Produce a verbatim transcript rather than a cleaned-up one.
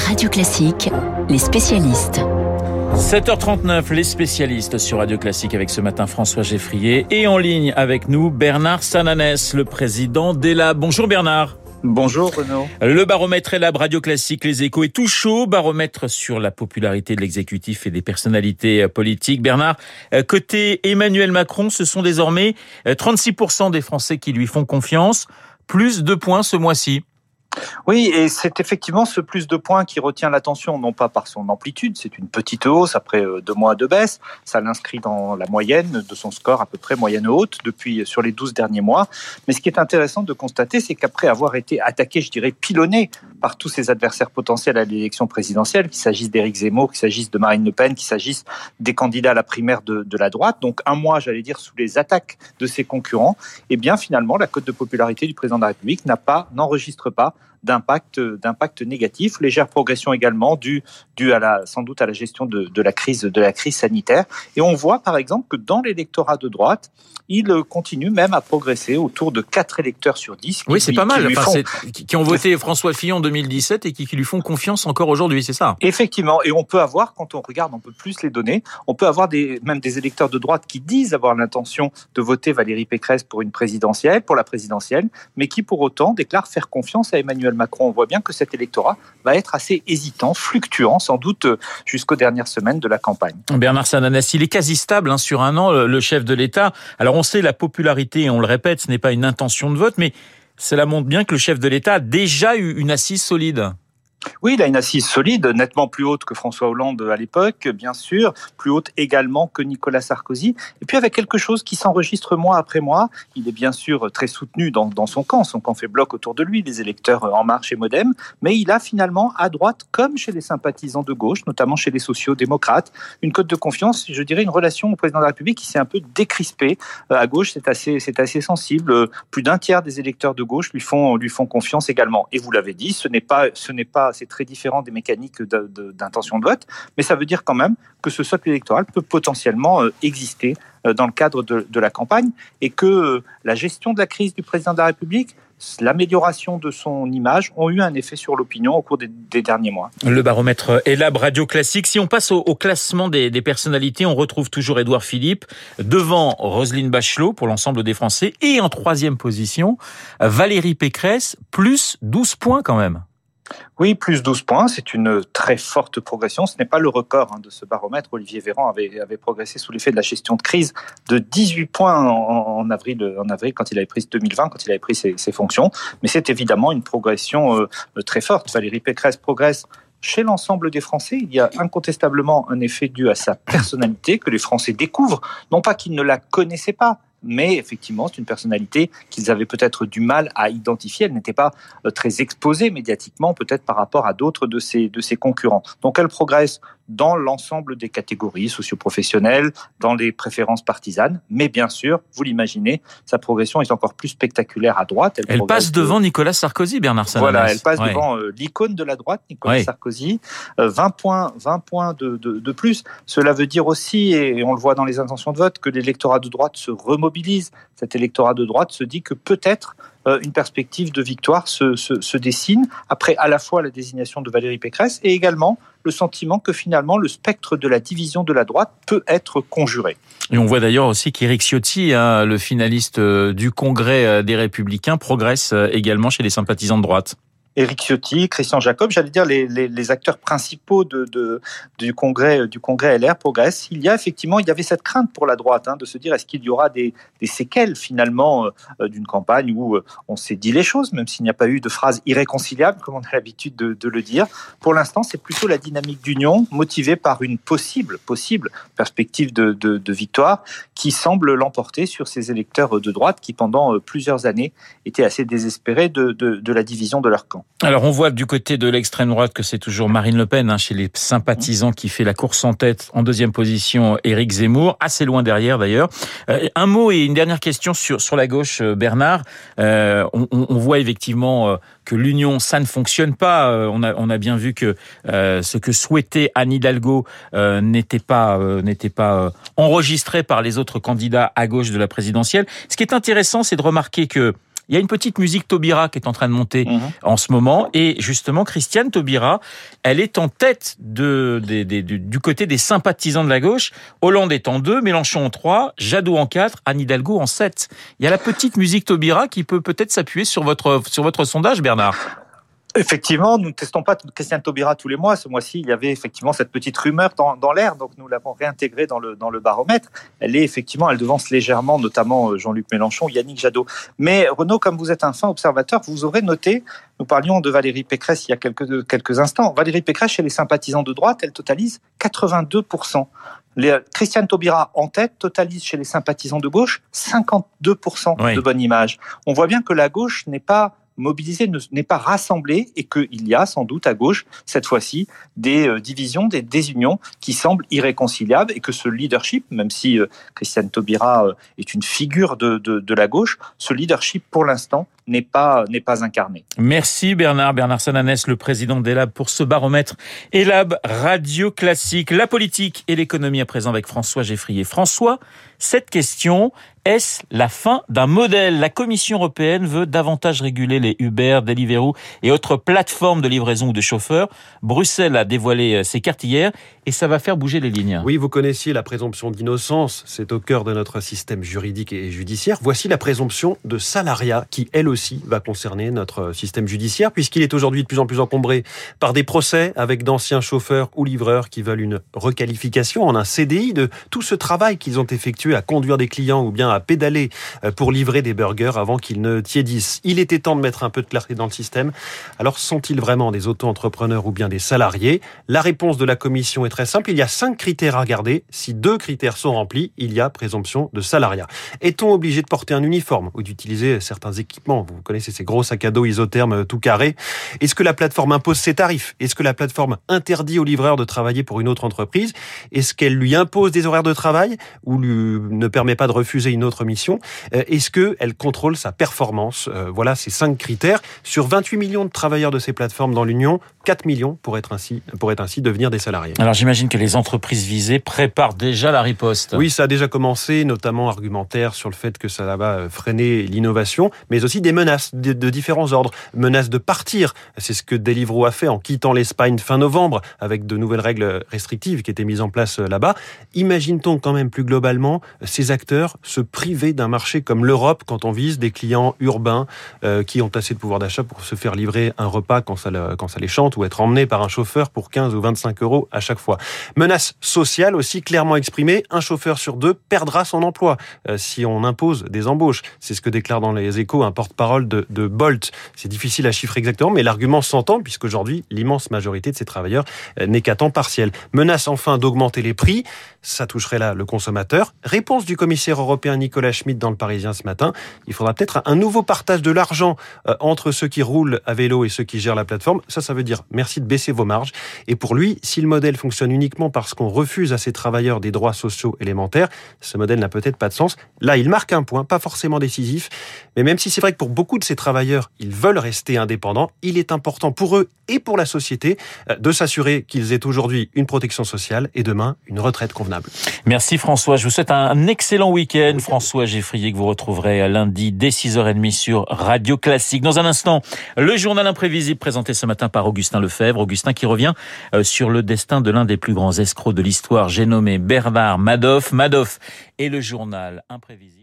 Radio Classique, les spécialistes. sept heures trente-neuf, les spécialistes sur Radio Classique avec ce matin François Geffrier et en ligne avec nous Bernard Sananès, le président d'Elab. Bonjour Bernard. Bonjour Renaud. Le baromètre Elab Radio Classique, les échos est tout chaud. Baromètre sur la popularité de l'exécutif et des personnalités politiques. Bernard, côté Emmanuel Macron, ce sont désormais trente-six pour cent des Français qui lui font confiance. Plus de points ce mois-ci. Oui, et c'est effectivement ce plus de points qui retient l'attention, non pas par son amplitude, c'est une petite hausse après deux mois de baisse, ça l'inscrit dans la moyenne de son score à peu près moyenne haute depuis sur les douze derniers mois. Mais ce qui est intéressant de constater, c'est qu'après avoir été attaqué, je dirais pilonné par tous ses adversaires potentiels à l'élection présidentielle, qu'il s'agisse d'Éric Zemmour, qu'il s'agisse de Marine Le Pen, qu'il s'agisse des candidats à la primaire de, de la droite, donc un mois, j'allais dire, sous les attaques de ses concurrents, et bien finalement, la cote de popularité du président de la République n'a pas, n'enregistre pas d'impact, d'impact négatif, légère progression également due, due à la, sans doute à la gestion de, de la crise, de la crise sanitaire. Et on voit par exemple que dans l'électorat de droite, il continue même à progresser autour de quatre électeurs sur dix. Oui, c'est lui, pas mal. Qui, enfin, font... c'est, qui ont voté François Fillon en deux mille dix-sept et qui, qui lui font confiance encore aujourd'hui, c'est ça? Effectivement. Et on peut avoir, quand on regarde un peu plus les données, on peut avoir des, même des électeurs de droite qui disent avoir l'intention de voter Valérie Pécresse pour une présidentielle, pour la présidentielle, mais qui pour autant déclarent faire confiance à Emmanuel Macron. On voit bien que cet électorat va être assez hésitant, fluctuant, sans doute jusqu'aux dernières semaines de la campagne. Bernard Sananès, il est quasi stable hein, sur un an, le chef de l'État. Alors on sait la popularité, on le répète, ce n'est pas une intention de vote, mais cela montre bien que le chef de l'État a déjà eu une assise solide. Oui, il a une assise solide, nettement plus haute que François Hollande à l'époque, bien sûr, plus haute également que Nicolas Sarkozy, et puis avec quelque chose qui s'enregistre mois après mois. Il est bien sûr très soutenu dans, dans son camp, son camp fait bloc autour de lui, les électeurs En Marche et Modem, mais il a finalement à droite, comme chez les sympathisants de gauche, notamment chez les sociaux-démocrates, une cote de confiance, je dirais une relation au président de la République qui s'est un peu décrispée. À gauche, c'est assez, c'est assez sensible, plus d'un tiers des électeurs de gauche lui font, lui font confiance également. Et vous l'avez dit, ce n'est pas, ce n'est pas c'est très différent des mécaniques de, de, d'intention de vote, mais ça veut dire quand même que ce socle électoral peut potentiellement euh, exister euh, dans le cadre de, de la campagne et que euh, la gestion de la crise du président de la République, l'amélioration de son image ont eu un effet sur l'opinion au cours des, des derniers mois. Le baromètre Elab Radio Classique. Si on passe au, au classement des, des personnalités, on retrouve toujours Édouard Philippe devant Roselyne Bachelot pour l'ensemble des Français et en troisième position, Valérie Pécresse, plus douze points quand même. Oui, plus douze points, c'est une très forte progression. Ce n'est pas le record hein, de ce baromètre. Olivier Véran avait, avait progressé sous l'effet de la gestion de crise de dix-huit points en, en, avril, en avril, quand il avait pris deux mille vingt, quand il avait pris ses, ses fonctions. Mais c'est évidemment une progression euh, très forte. Valérie Pécresse progresse chez l'ensemble des Français. Il y a incontestablement un effet dû à sa personnalité que les Français découvrent. Non pas qu'ils ne la connaissaient pas, mais effectivement, c'est une personnalité qu'ils avaient peut-être du mal à identifier. Elle n'était pas très exposée médiatiquement, peut-être par rapport à d'autres de ses, de ses concurrents. Donc elle progresse dans l'ensemble des catégories socio-professionnelles, dans les préférences partisanes. Mais bien sûr, vous l'imaginez, sa progression est encore plus spectaculaire à droite. Elle, elle passe devant de... Nicolas Sarkozy, Bernard Sananès. Voilà, elle passe ouais. devant euh, l'icône de la droite, Nicolas ouais. Sarkozy. Euh, vingt points, vingt points de, de, de plus. Cela veut dire aussi, et on le voit dans les intentions de vote, que l'électorat de droite se remobilise. Cet électorat de droite se dit que peut-être euh, une perspective de victoire se, se, se dessine après à la fois la désignation de Valérie Pécresse et également le sentiment que finalement le spectre de la division de la droite peut être conjuré. Et on voit d'ailleurs aussi qu'Éric Ciotti, hein, le finaliste du Congrès des Républicains, progresse également chez les sympathisants de droite. Éric Ciotti, Christian Jacob, j'allais dire les, les, les acteurs principaux de, de, du congrès du congrès L R progressent. Il y a effectivement, il y avait cette crainte pour la droite hein, de se dire est-ce qu'il y aura des, des séquelles finalement euh, d'une campagne où euh, on s'est dit les choses, même s'il n'y a pas eu de phrase irréconciliable comme on a l'habitude de, de le dire. Pour l'instant, c'est plutôt la dynamique d'union motivée par une possible possible perspective de, de, de victoire qui semble l'emporter sur ces électeurs de droite qui pendant plusieurs années étaient assez désespérés de, de, de la division de leur camp. Alors on voit du côté de l'extrême droite que c'est toujours Marine Le Pen, hein, chez les sympathisants, qui fait la course en tête. En deuxième position, Éric Zemmour, assez loin derrière d'ailleurs. Euh, un mot et une dernière question sur sur la gauche, Bernard. Euh, on, on voit effectivement euh, que l'union, ça ne fonctionne pas. Euh, on a on a bien vu que euh, ce que souhaitait Anne Hidalgo euh, n'était pas euh, n'était pas euh, enregistré par les autres candidats à gauche de la présidentielle. Ce qui est intéressant, c'est de remarquer que Il y a une petite musique Taubira qui est en train de monter mmh. en ce moment. Et justement, Christiane Taubira, elle est en tête de, de, de, de, du côté des sympathisants de la gauche. Hollande est en deux, Mélenchon en trois, Jadot en quatre, Anne Hidalgo en sept. Il y a la petite musique Taubira qui peut peut-être s'appuyer sur votre, sur votre sondage, Bernard. Effectivement, nous ne testons pas Christiane Taubira tous les mois. Ce mois-ci, il y avait effectivement cette petite rumeur dans, dans l'air, donc nous l'avons réintégrée dans le, dans le baromètre. Elle est effectivement, elle devance légèrement, notamment Jean-Luc Mélenchon, Yannick Jadot. Mais Renaud, comme vous êtes un fin observateur, vous aurez noté, nous parlions de Valérie Pécresse il y a quelques, quelques instants. Valérie Pécresse, chez les sympathisants de droite, elle totalise quatre-vingt-deux pour cent. Les, Christiane Taubira, en tête, totalise chez les sympathisants de gauche cinquante-deux pour cent oui. de bonne image. On voit bien que la gauche n'est pas mobilisée, n'est pas rassemblée et qu'il y a sans doute à gauche, cette fois-ci, des euh, divisions, des désunions qui semblent irréconciliables et que ce leadership, même si euh, Christiane Taubira euh, est une figure de, de, de la gauche, ce leadership, pour l'instant, n'est pas, n'est pas incarné. Merci Bernard. Bernard Sananès, le président d'Elab, pour ce baromètre Elab Radio Classique. La politique et l'économie à présent avec François Geffrier. François, cette question, est-ce la fin d'un modèle ? La Commission européenne veut davantage réguler les Uber, Deliveroo et autres plateformes de livraison ou de chauffeurs. Bruxelles a dévoilé ses cartes hier et ça va faire bouger les lignes. Oui, vous connaissiez la présomption d'innocence, c'est au cœur de notre système juridique et judiciaire. Voici la présomption de salariat qui, elle aussi, va concerner notre système judiciaire puisqu'il est aujourd'hui de plus en plus encombré par des procès avec d'anciens chauffeurs ou livreurs qui veulent une requalification en un C D I de tout ce travail qu'ils ont effectué à conduire des clients ou bien à pédaler pour livrer des burgers avant qu'ils ne tiédissent. Il était temps de mettre un peu de clarté dans le système. Alors, sont-ils vraiment des auto-entrepreneurs ou bien des salariés ? La réponse de la Commission est très simple. Il y a cinq critères à regarder. Si deux critères sont remplis, il y a présomption de salariat. Est-on obligé de porter un uniforme ou d'utiliser certains équipements ? Vous connaissez ces gros sacs à dos isothermes tout carrés. Est-ce que la plateforme impose ses tarifs ? Est-ce que la plateforme interdit au livreur de travailler pour une autre entreprise ? Est-ce qu'elle lui impose des horaires de travail ou lui ne permet pas de refuser une autre mission ? Est-ce qu'elle contrôle sa performance ? Voilà ces cinq critères. Sur vingt-huit millions de travailleurs de ces plateformes dans l'Union, quatre millions pourraient ainsi, pourraient ainsi devenir des salariés. Alors j'imagine que les entreprises visées préparent déjà la riposte. Oui, ça a déjà commencé, notamment argumentaire sur le fait que ça va freiner l'innovation, mais aussi des menaces de, de différents ordres. Menaces de partir, c'est ce que Deliveroo a fait en quittant l'Espagne fin novembre, avec de nouvelles règles restrictives qui étaient mises en place là-bas. Imagine-t-on quand même plus globalement ces acteurs se priver d'un marché comme l'Europe quand on vise des clients urbains euh, qui ont assez de pouvoir d'achat pour se faire livrer un repas quand ça, le, quand ça les chante ou être emmenés par un chauffeur pour quinze ou vingt-cinq euros à chaque fois. Menace sociale aussi clairement exprimée, un chauffeur sur deux perdra son emploi euh, si on impose des embauches. C'est ce que déclare dans les Échos un porte-parole de, de Bolt. C'est difficile à chiffrer exactement, mais l'argument s'entend puisqu'aujourd'hui, l'immense majorité de ces travailleurs euh, n'est qu'à temps partiel. Menace enfin d'augmenter les prix, ça toucherait là le consommateur. Réponse du commissaire européen Nicolas Schmit dans le Parisien ce matin. Il faudra peut-être un nouveau partage de l'argent euh, entre ceux qui roulent à vélo et ceux qui gèrent la plateforme. Ça, ça veut dire merci de baisser vos marges. Et pour lui, si le modèle fonctionne uniquement parce qu'on refuse à ces travailleurs des droits sociaux élémentaires, ce modèle n'a peut-être pas de sens. Là, il marque un point, pas forcément décisif, mais même si c'est vrai que pour beaucoup de ces travailleurs, ils veulent rester indépendants, il est important pour eux et pour la société de s'assurer qu'ils aient aujourd'hui une protection sociale et demain une retraite convenable. Merci François, je vous souhaite un excellent week-end. week-end. François Geffrier que vous retrouverez lundi dès six heures trente sur Radio Classique. Dans un instant, le journal imprévisible présenté ce matin par Augustin Lefebvre. Augustin qui revient sur le destin de l'un des plus grands escrocs de l'histoire, j'ai nommé Bernard Madoff. Madoff et le journal imprévisible.